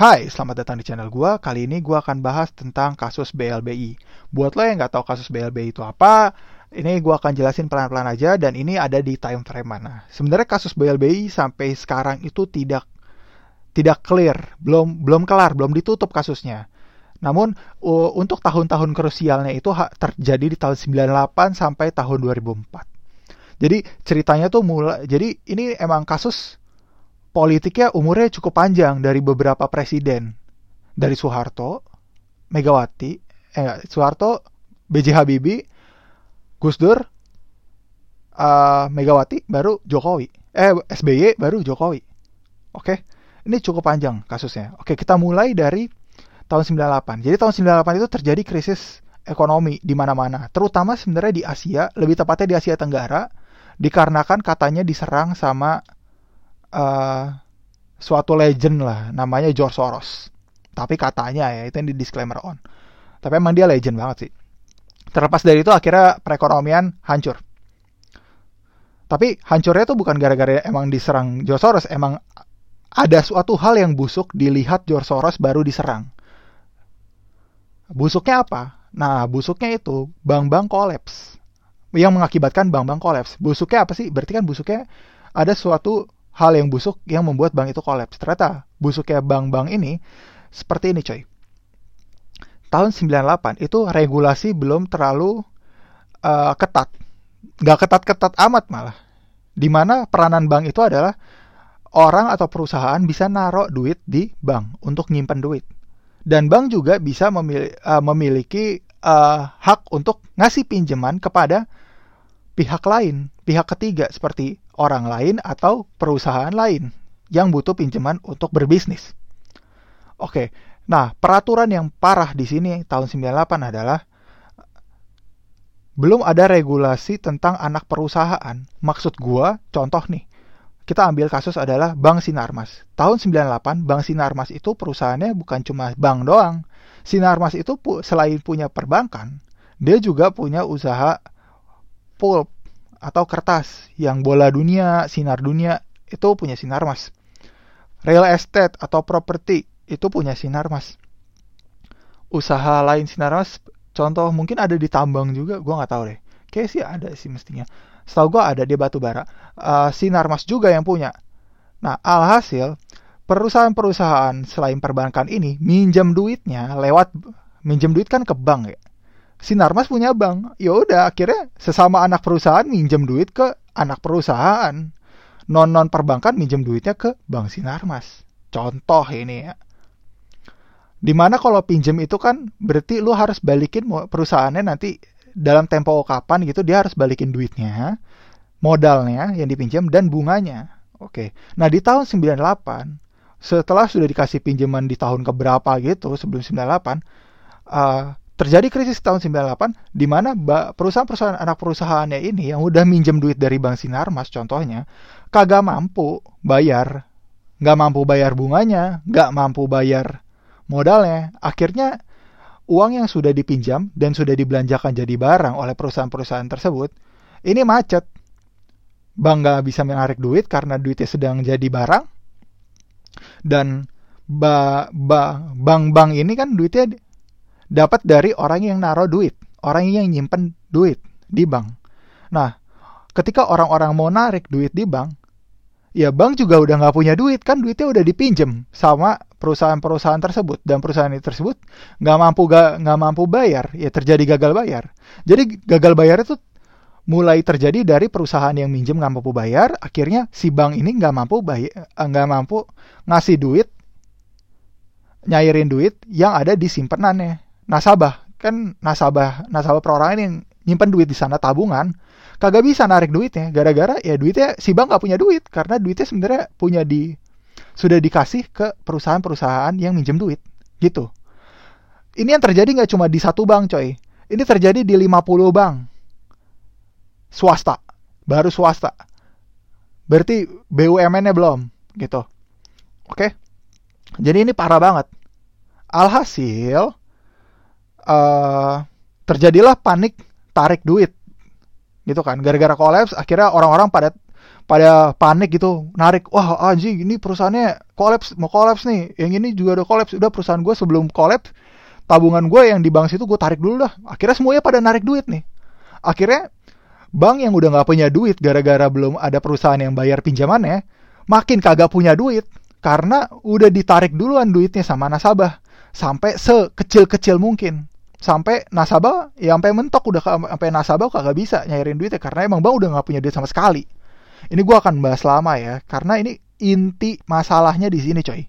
Hai, selamat datang di channel gua. Kali ini gua akan bahas tentang kasus BLBI. Buat lo yang nggak tahu kasus BLBI itu apa, ini gua akan jelasin pelan-pelan aja dan ini ada di time frame mana. Sebenarnya kasus BLBI sampai sekarang itu tidak clear, belum kelar, belum ditutup kasusnya. Namun untuk tahun-tahun krusialnya itu terjadi di tahun 98 sampai tahun 2004. Jadi ceritanya tuh jadi ini emang kasus politiknya umurnya cukup panjang dari beberapa presiden. Dari Soeharto, Megawati, Soeharto, B.J. Habibie, Gus Dur, Megawati, baru Jokowi. SBY, baru Jokowi. Oke, ini cukup panjang kasusnya. Oke, kita mulai dari tahun 98. Jadi tahun 98 itu terjadi krisis ekonomi di mana-mana. Terutama sebenarnya di Asia, lebih tepatnya di Asia Tenggara, dikarenakan katanya diserang sama suatu legend lah, namanya George Soros. Tapi katanya ya, itu yang di disclaimer on. Tapi emang dia legend banget sih. Terlepas dari itu akhirnya perekonomian hancur. Tapi hancurnya tuh bukan gara-gara emang diserang George Soros, emang ada suatu hal yang busuk dilihat George Soros baru diserang. Busuknya apa? Nah, busuknya itu bank-bank kolaps. Yang mengakibatkan bank-bank kolaps. Busuknya apa sih? Berarti kan busuknya ada suatu hal yang busuk yang membuat bank itu kolaps. Ternyata busuknya bank-bank ini seperti ini coy. Tahun 98 itu regulasi belum terlalu ketat. Gak ketat-ketat amat malah. Dimana peranan bank itu adalah orang atau perusahaan bisa naruh duit di bank untuk nyimpen duit. Dan bank juga bisa memiliki hak untuk ngasih pinjaman kepada pihak lain, pihak ketiga seperti orang lain atau perusahaan lain yang butuh pinjaman untuk berbisnis. Oke, nah peraturan yang parah di sini tahun 98 adalah belum ada regulasi tentang anak perusahaan. Maksud gua, contoh nih, kita ambil kasus adalah Bank Sinarmas. Tahun 98, Bank Sinarmas itu perusahaannya bukan cuma bank doang. Sinarmas itu selain punya perbankan, dia juga punya usaha pulp atau kertas yang bola dunia, sinar dunia itu punya Sinarmas. Real estate atau properti itu punya Sinarmas. Usaha lain Sinarmas, contoh mungkin ada di tambang juga, gue nggak tahu deh. Kayaknya sih ada sih mestinya. Setahu gue ada di batubara. Sinarmas juga yang punya. Nah, alhasil perusahaan-perusahaan selain perbankan ini minjem duitnya minjem duit kan ke bank ya. Sinarmas punya bank, ya udah akhirnya sesama anak perusahaan minjem duit ke anak perusahaan, non perbankan minjem duitnya ke Bank Sinarmas. Contoh ini ya. Dimana kalau pinjem itu kan berarti lu harus balikin perusahaannya nanti dalam tempo kapan gitu, dia harus balikin duitnya, modalnya yang dipinjam dan bunganya. Oke. Nah di tahun 98 setelah sudah dikasih pinjaman di tahun keberapa gitu sebelum 98, terjadi krisis tahun 98 di mana perusahaan-perusahaan anak perusahaannya ini yang udah minjem duit dari Bank Sinarmas contohnya kagak mampu bayar, nggak mampu bayar bunganya, nggak mampu bayar modalnya. Akhirnya uang yang sudah dipinjam dan sudah dibelanjakan jadi barang oleh perusahaan-perusahaan tersebut ini macet. Bank nggak bisa menarik duit karena duitnya sedang jadi barang, dan bank-bank ini kan duitnya dapat dari orang yang naruh duit, orang yang nyimpen duit di bank. Nah, ketika orang-orang mau narik duit di bank, ya bank juga udah nggak punya duit, kan duitnya udah dipinjem sama perusahaan-perusahaan tersebut, dan perusahaan tersebut nggak mampu bayar, ya terjadi gagal bayar. Jadi gagal bayar itu mulai terjadi dari perusahaan yang minjem nggak mampu bayar, akhirnya si bank ini nggak mampu ngasih duit, nyairin duit yang ada di simpenannya. Nasabah perorangan yang nyimpen duit di sana tabungan kagak bisa narik duitnya gara-gara ya duitnya si bank nggak punya duit karena duitnya sebenarnya sudah dikasih ke perusahaan-perusahaan yang minjem duit gitu. Ini yang terjadi nggak cuma di satu bank coy, ini terjadi di 50 bank swasta, baru swasta, berarti BUMN-nya belum gitu. Oke, jadi ini parah banget. Alhasil terjadilah panik tarik duit gitu kan, gara-gara kolaps akhirnya orang-orang pada pada panik gitu, narik, wah anjing ini perusahaannya mau kolaps nih, yang ini juga udah kolaps, udah perusahaan gue sebelum kolaps, tabungan gue yang di bank situ gue tarik dulu dah. Akhirnya semuanya pada narik duit nih. Akhirnya bank yang udah nggak punya duit gara-gara belum ada perusahaan yang bayar pinjamannya, makin kagak punya duit karena udah ditarik duluan duitnya sama nasabah sampai sekecil-kecil mungkin. Sampai nasabah ya sampai mentok, udah sampai nasabah kagak bisa nyairin duitnya karena emang bank udah nggak punya duit sama sekali. Ini gue akan bahas lama ya, karena ini inti masalahnya di sini coy.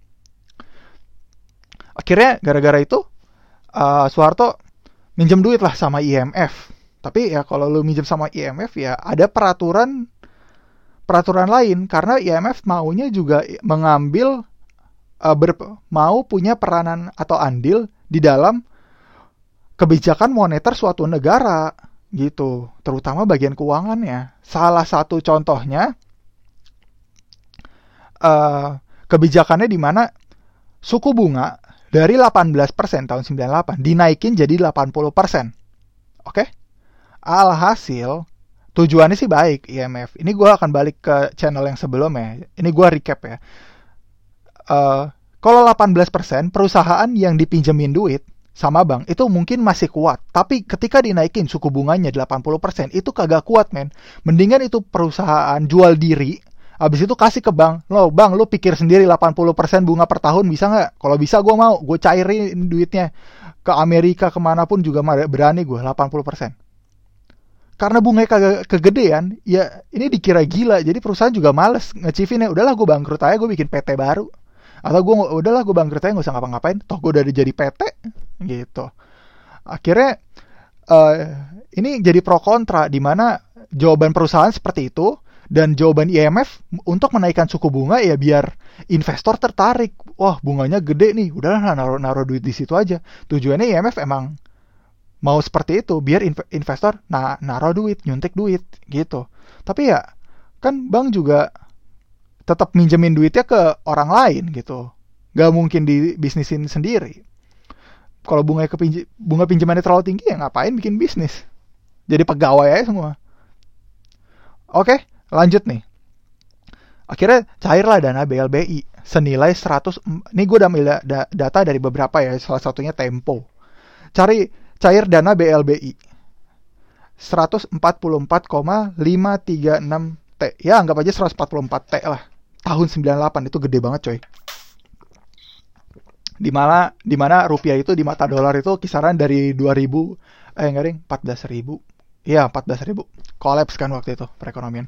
Akhirnya gara-gara itu Soeharto minjem duit lah sama IMF. Tapi ya kalau lu minjem sama IMF ya ada peraturan lain, karena IMF maunya juga mengambil mau punya peranan atau andil di dalam kebijakan moneter suatu negara gitu, terutama bagian keuangannya. Salah satu contohnya kebijakannya di mana suku bunga dari 18% tahun 98 dinaikin jadi 80%. Oke? Alhasil tujuannya sih baik IMF. Ini gue akan balik ke channel yang sebelumnya. Ini gue recap ya. Kalau 18% perusahaan yang dipinjemin duit sama bank itu mungkin masih kuat, tapi ketika dinaikin suku bunganya 80% itu kagak kuat men. Mendingan itu perusahaan jual diri, habis itu kasih ke bank. Lo bang, lo pikir sendiri 80% bunga per tahun bisa nggak? Kalau bisa gue mau, gue cairin duitnya ke Amerika kemanapun juga berani gue 80%. Karena bunganya kagak kegedean, ya ini dikira gila. Jadi perusahaan juga males ngecivinnya. Udahlah gue bangkrut aja, gue bikin PT baru. Atau udahlah gue bangkrut aja, gak usah ngapa-ngapain, toh gue udah jadi PT gitu. Akhirnya ini jadi pro kontra, dimana jawaban perusahaan seperti itu dan jawaban IMF untuk menaikkan suku bunga ya biar investor tertarik. Wah bunganya gede nih, udahlah naruh duit di situ aja. Tujuannya IMF emang mau seperti itu biar investor naruh duit, nyuntik duit gitu. Tapi ya kan bank juga tetap minjemin duitnya ke orang lain gitu. Gak mungkin dibisnisin sendiri. Kalau bunga pinjamannya terlalu tinggi ya ngapain bikin bisnis. Jadi pegawai aja semua. Oke, lanjut nih. Akhirnya cairlah dana BLBI senilai 100. Ini gue udah ambil data dari beberapa ya, salah satunya Tempo. Cair dana BLBI 144,536 T. Ya anggap aja 144 T lah. Tahun 98 itu gede banget coy. Dimana rupiah itu di mata dolar itu kisaran dari 2000 14.000. Iya 14.000. Kolaps kan waktu itu perekonomian.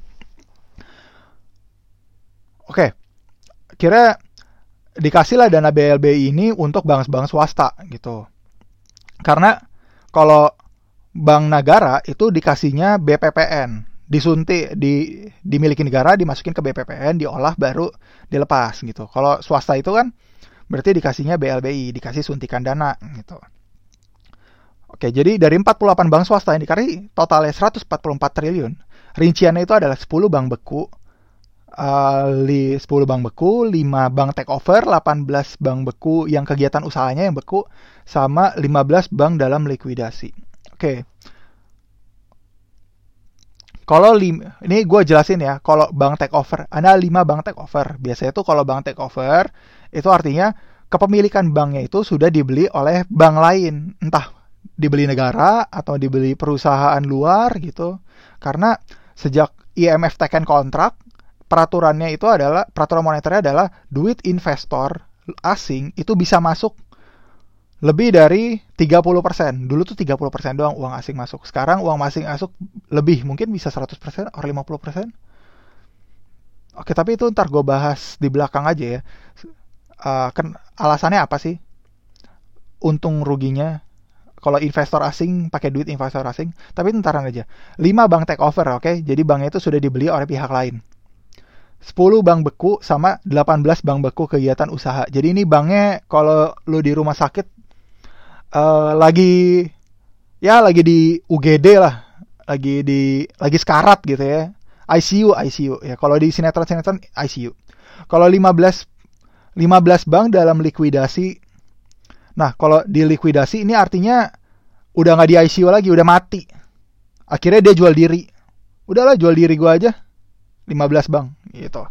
Oke. Kira dikasihlah dana BLBI ini untuk bank-bank swasta gitu. Karena kalau bank negara itu dikasihnya BPPN. Disuntik, dimiliki negara, dimasukin ke BPPN, diolah baru dilepas gitu. Kalau swasta itu kan berarti dikasihnya BLBI, dikasih suntikan dana gitu. Oke, jadi dari 48 bank swasta yang dikasih totalnya 144 triliun. Rinciannya itu adalah 10 bank beku, 10 bank beku, 5 bank take over, 18 bank beku yang kegiatan usahanya yang beku, sama 15 bank dalam likuidasi. Oke. Kalau ini gue jelasin ya, kalau bank take over, ada 5 bank take over. Biasanya tuh kalau bank take over, itu artinya kepemilikan banknya itu sudah dibeli oleh bank lain. Entah dibeli negara atau dibeli perusahaan luar gitu. Karena sejak IMF taken kontrak, peraturan moneternya adalah duit investor asing itu bisa masuk lebih dari 30%. Dulu tuh 30% doang uang asing masuk. Sekarang uang asing masuk lebih, mungkin bisa 100% atau 50%. Oke, tapi itu ntar gue bahas di belakang aja ya. Alasannya apa sih? Untung ruginya kalau investor asing pakai duit investor asing. Tapi ntaran aja. 5 bank take over, oke? Jadi banknya itu sudah dibeli oleh pihak lain. 10 bank beku sama 18 bank beku kegiatan usaha. Jadi ini banknya kalau lu di rumah sakit lagi di UGD lah, lagi sekarat gitu ya, ICU ya. Kalau di sinetron ICU. Kalau 15 bank dalam likuidasi. Nah, kalau di likuidasi ini artinya udah nggak di ICU lagi, udah mati. Akhirnya dia jual diri. Udahlah jual diri gue aja. 15 bank gitu.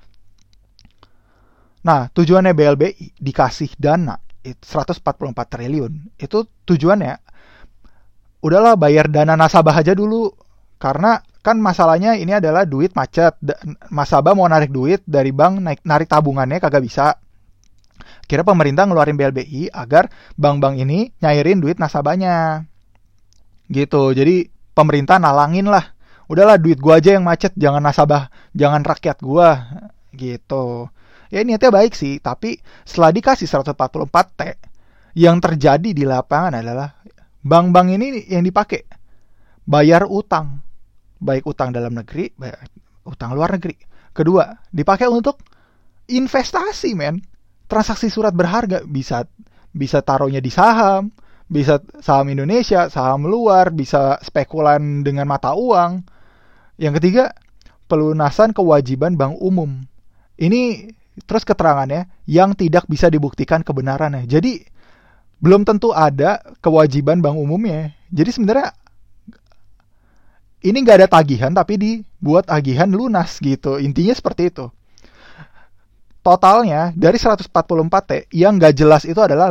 Nah, tujuannya BLBI dikasih dana 144 triliun. Itu tujuannya udahlah bayar dana nasabah aja dulu. Karena kan masalahnya ini adalah duit macet. Nasabah mau narik duit dari bank, narik tabungannya kagak bisa. Kira pemerintah ngeluarin BLBI agar bank-bank ini nyairin duit nasabahnya. Gitu. Jadi pemerintah nalangin lah. Udahlah duit gua aja yang macet, jangan nasabah, jangan rakyat gua. Gitu. Ya niatnya baik sih, tapi setelah dikasih 144T, yang terjadi di lapangan adalah bank-bank ini yang dipakai bayar utang. Baik utang dalam negeri, baik utang luar negeri. Kedua, dipakai untuk investasi, men. Transaksi surat berharga, bisa taruhnya di saham, bisa saham Indonesia, saham luar, bisa spekulan dengan mata uang. Yang ketiga, pelunasan kewajiban bank umum. Ini terus keterangannya yang tidak bisa dibuktikan kebenarannya. Jadi belum tentu ada kewajiban bank umumnya. Jadi sebenarnya ini nggak ada tagihan tapi dibuat tagihan lunas gitu. Intinya seperti itu. Totalnya dari 144T yang nggak jelas itu adalah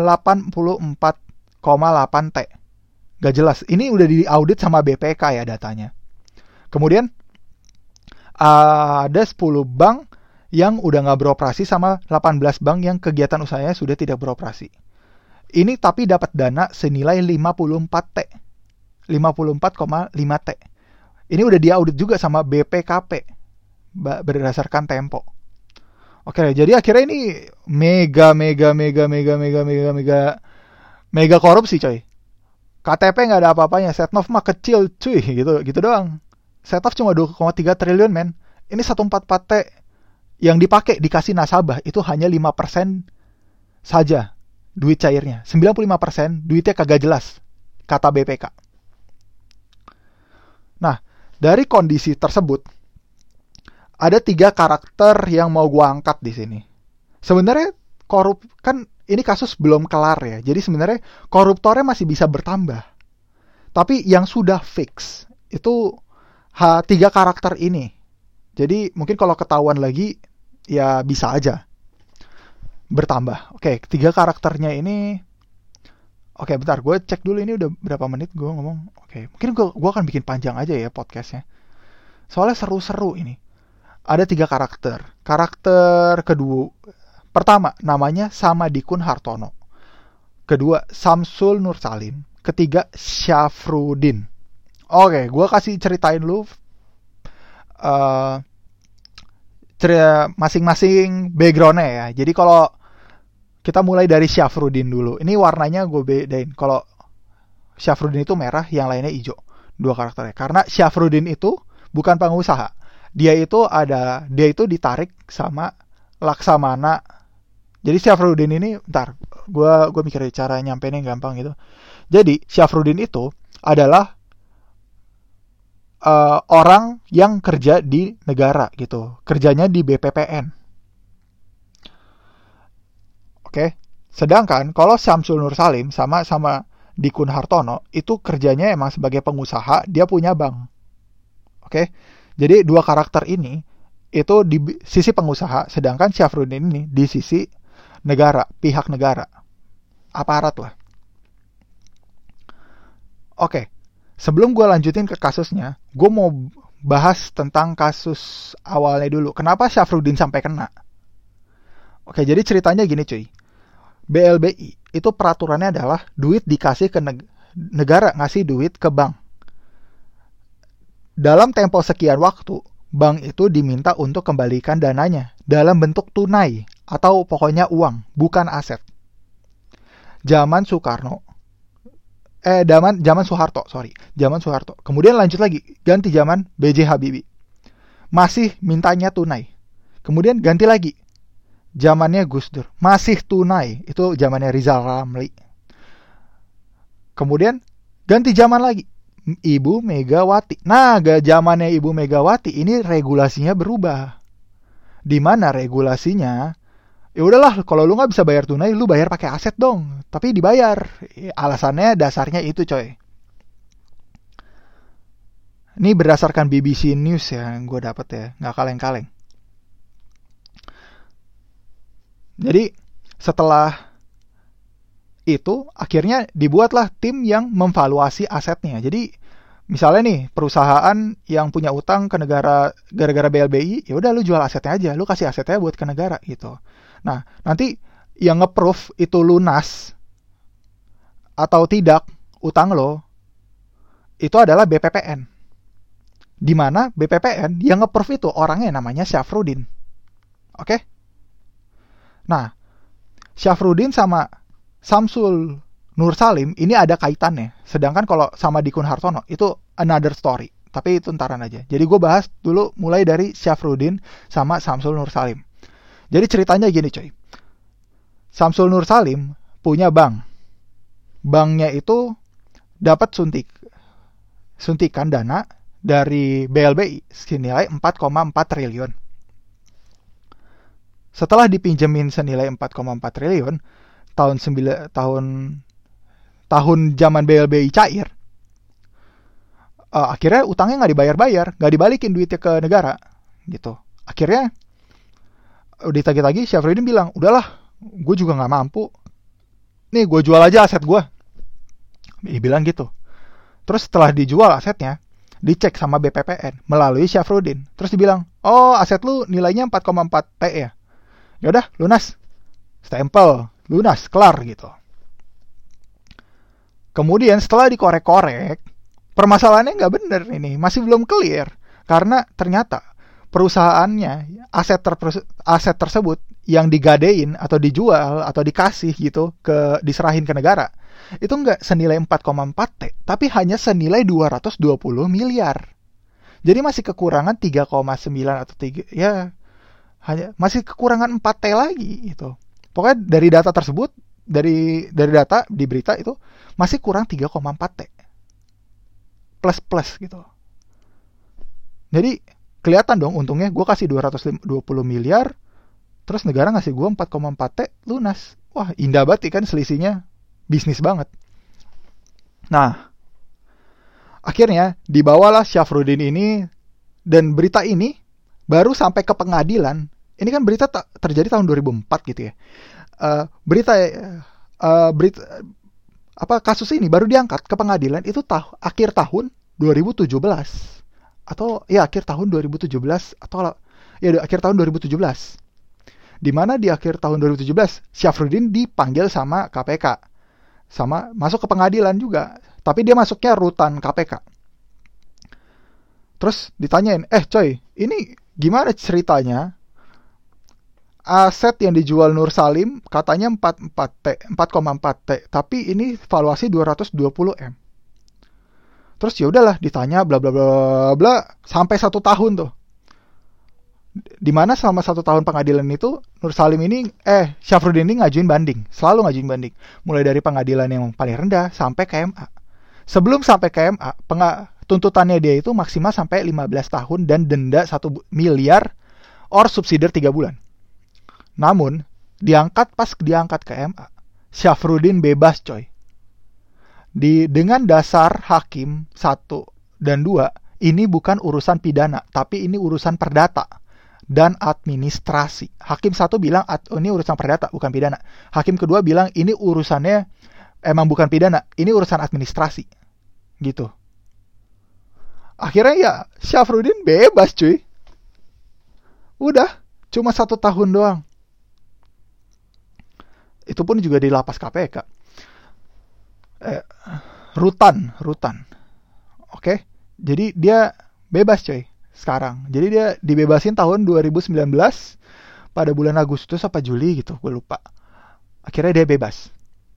84,8T. Nggak jelas. Ini udah diaudit sama BPK ya datanya. Kemudian ada 10 bank yang udah nggak beroperasi sama 18 bank yang kegiatan usahanya sudah tidak beroperasi. Ini tapi dapat dana senilai 54T. 54,5T. Ini udah diaudit juga sama BPKP berdasarkan Tempo. Oke, jadi akhirnya ini mega korupsi, coy. KTP nggak ada apa-apanya, Setnov mah kecil, cuy, gitu doang. Setnov cuma 2,3 triliun, men. Ini 144T yang dipakai dikasih nasabah itu hanya 5% saja duit cairnya. 95% duitnya kagak jelas, kata BPK. Nah, dari kondisi tersebut ada 3 karakter yang mau gua angkat di sini. Sebenarnya kan ini kasus belum kelar ya. Jadi sebenarnya koruptornya masih bisa bertambah. Tapi yang sudah fix itu 3 karakter ini. Jadi mungkin kalau ketahuan lagi ya bisa aja bertambah. Oke, 3 karakternya ini. Oke, bentar, gue cek dulu ini udah berapa menit gue ngomong. Oke, mungkin gue akan bikin panjang aja ya podcastnya. Soalnya seru-seru ini. Ada 3 karakter. Karakter kedua, pertama namanya Samadikun Hartono. Kedua Samsul Nur Salim. Ketiga Syafruddin. Oke, gue kasih ceritain lu masing-masing backgroundnya ya. Jadi kalau kita mulai dari Syafruddin dulu. Ini warnanya gue bedain. Kalau Syafruddin itu merah, yang lainnya hijau. 2 karakternya. Karena Syafruddin itu bukan pengusaha. Dia itu ditarik sama Laksamana. Jadi Syafruddin ini, bentar, gue mikir cara nyampeinnya gampang gitu. Jadi Syafruddin itu adalah orang yang kerja di negara gitu. Kerjanya di BPPN. Oke. Sedangkan kalau Samsul Nur Salim sama Dikun Hartono itu kerjanya emang sebagai pengusaha, dia punya bank. Oke. Jadi 2 karakter ini itu di sisi pengusaha, sedangkan Syafruddin ini di sisi negara, pihak negara. Aparat lah. Oke. Sebelum gue lanjutin ke kasusnya, gue mau bahas tentang kasus awalnya dulu. Kenapa Syafruddin sampai kena? Oke, jadi ceritanya gini cuy. BLBI itu peraturannya adalah duit dikasih ke negara, ngasih duit ke bank. Dalam tempo sekian waktu, bank itu diminta untuk kembalikan dananya dalam bentuk tunai atau pokoknya uang, bukan aset. Zaman Soeharto. Kemudian lanjut lagi, ganti zaman B.J. Habibie. Masih mintanya tunai. Kemudian ganti lagi. Zamannya Gus Dur, masih tunai. Itu zamannya Rizal Ramli. Kemudian ganti zaman lagi. Ibu Megawati. Nah, zamannya Ibu Megawati ini regulasinya berubah. Di mana regulasinya? Ya udahlah, kalau lu nggak bisa bayar tunai, lu bayar pakai aset dong. Tapi dibayar. Alasannya dasarnya itu, coy. Ini berdasarkan BBC News ya, yang gue dapet ya, nggak kaleng-kaleng. Jadi setelah itu akhirnya dibuatlah tim yang memvaluasi asetnya. Jadi misalnya nih perusahaan yang punya utang ke negara gara-gara BLBI, ya udah lu jual asetnya aja, lu kasih asetnya buat ke negara gitu. Nah, nanti yang nge-proof itu lunas atau tidak utang lo itu adalah BPPN. Di mana BPPN yang nge-proof itu orangnya namanya Syafruddin. Oke? Nah, Syafruddin sama Samsul Nur Salim ini ada kaitannya. Sedangkan kalau sama Dikun Hartono itu another story. Tapi itu ntaran aja. Jadi gue bahas dulu mulai dari Syafruddin sama Samsul Nur Salim. Jadi ceritanya gini coy. Samsul Nur Salim punya bank. Banknya itu dapat suntikan dana dari BLBI senilai 4,4 triliun. Setelah dipinjemin senilai 4,4 triliun, tahun zaman BLBI cair, akhirnya utangnya nggak dibayar-bayar, nggak dibalikin duitnya ke negara, gitu. Akhirnya ditagih-tagih, Syafruddin bilang, udahlah, gue juga nggak mampu, nih gue jual aja aset gue. Dia bilang gitu. Terus setelah dijual asetnya, dicek sama BPPN melalui Syafruddin. Terus dibilang, oh aset lu nilainya 4,4 T ya. Yaudah, lunas. Stempel, lunas, kelar gitu. Kemudian setelah dikorek-korek, permasalahannya nggak bener ini, masih belum clear. Karena ternyata perusahaannya, aset tersebut yang digadein atau dijual atau dikasih gitu, diserahin ke negara, itu nggak senilai 4,4 T, tapi hanya senilai 220 miliar. Jadi masih kekurangan 3,9 atau 3, ya hanya masih kekurangan 4 T lagi gitu. Pokoknya dari data tersebut, dari data di berita itu masih kurang 3,4 T. Plus gitu. Jadi kelihatan dong untungnya, gue kasih 220 miliar, terus negara ngasih gue 4,4 T lunas. Wah, indah banget kan selisihnya. Bisnis banget. Nah, akhirnya dibawalah Syafruddin ini, dan berita ini baru sampai ke pengadilan. Ini kan berita terjadi tahun 2004 gitu ya. Kasus ini baru diangkat ke pengadilan itu akhir tahun 2017 atau ya akhir tahun 2017 atau ya akhir tahun 2017. Di mana di akhir tahun 2017 Syafruddin dipanggil sama KPK. Sama masuk ke pengadilan juga, tapi dia masuknya rutan KPK. Terus ditanyain, coy, ini gimana ceritanya? Aset yang dijual Nur Salim katanya 4,4 T, tapi ini valuasi 220 M. Terus ya udahlah ditanya bla bla bla bla sampai 1 tahun tuh. Dimana selama 1 tahun pengadilan itu Nur Salim ini Syafruddin ini ngajuin banding, selalu ngajuin banding, mulai dari pengadilan yang paling rendah sampai ke MA. Sebelum sampai ke MA, tuntutannya dia itu maksimal sampai 15 tahun dan denda 1 miliar or subsidiar 3 bulan. Namun pas diangkat ke MA, Syafruddin bebas coy. Dengan dasar hakim 1 dan 2, ini bukan urusan pidana, tapi ini urusan perdata dan administrasi. Hakim 1 bilang ini urusan perdata, bukan pidana. Hakim kedua bilang ini urusannya emang bukan pidana, ini urusan administrasi. Gitu. Akhirnya ya Syafruddin bebas cuy. Udah, cuma 1 tahun doang. Itu pun juga di lapas KPK. Rutan. Oke. Jadi dia bebas coy sekarang. Jadi dia dibebasin tahun 2019 pada bulan Agustus apa Juli gitu, gue lupa. Akhirnya dia bebas.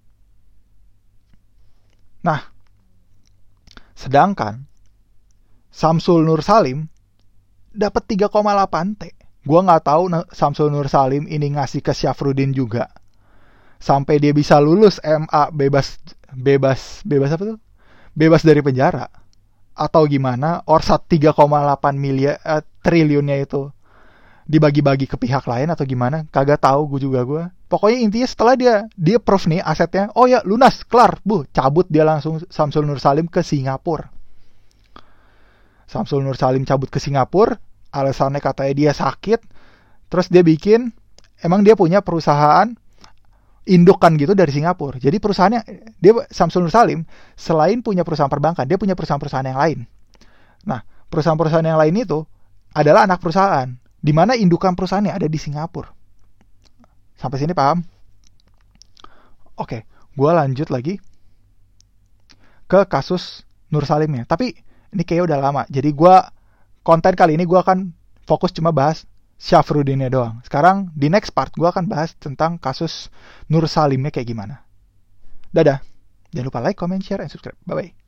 Nah, sedangkan Samsul Nur Salim dapat 3,8 T. Gue nggak tahu Samsul Nur Salim ini ngasih ke Syafruddin juga sampai dia bisa lulus MA bebas apa tuh? Bebas dari penjara atau gimana? Orsat 3,8 miliar triliunnya itu dibagi-bagi ke pihak lain atau gimana? Kagak tahu gue. Pokoknya intinya setelah dia proof nih asetnya, oh ya lunas, kelar, cabut dia langsung Samsul Nur Salim ke Singapura. Samsul Nur Salim cabut ke Singapura, alasannya katanya dia sakit. Terus dia emang dia punya perusahaan indukan gitu dari Singapura. Jadi perusahaannya, Samsul Nur Salim, selain punya perusahaan perbankan, dia punya perusahaan-perusahaan yang lain. Nah, perusahaan-perusahaan yang lain itu adalah anak perusahaan, di mana indukan perusahaannya ada di Singapura. Sampai sini paham? Oke, gue lanjut lagi ke kasus Nur Salimnya. Tapi ini kayaknya udah lama, jadi konten kali ini gue akan fokus cuma bahas Syafruddinnya doang. Sekarang di next part gue akan bahas tentang kasus Nur Salimnya kayak gimana. Dadah. Jangan lupa like, comment, share, and subscribe. Bye-bye.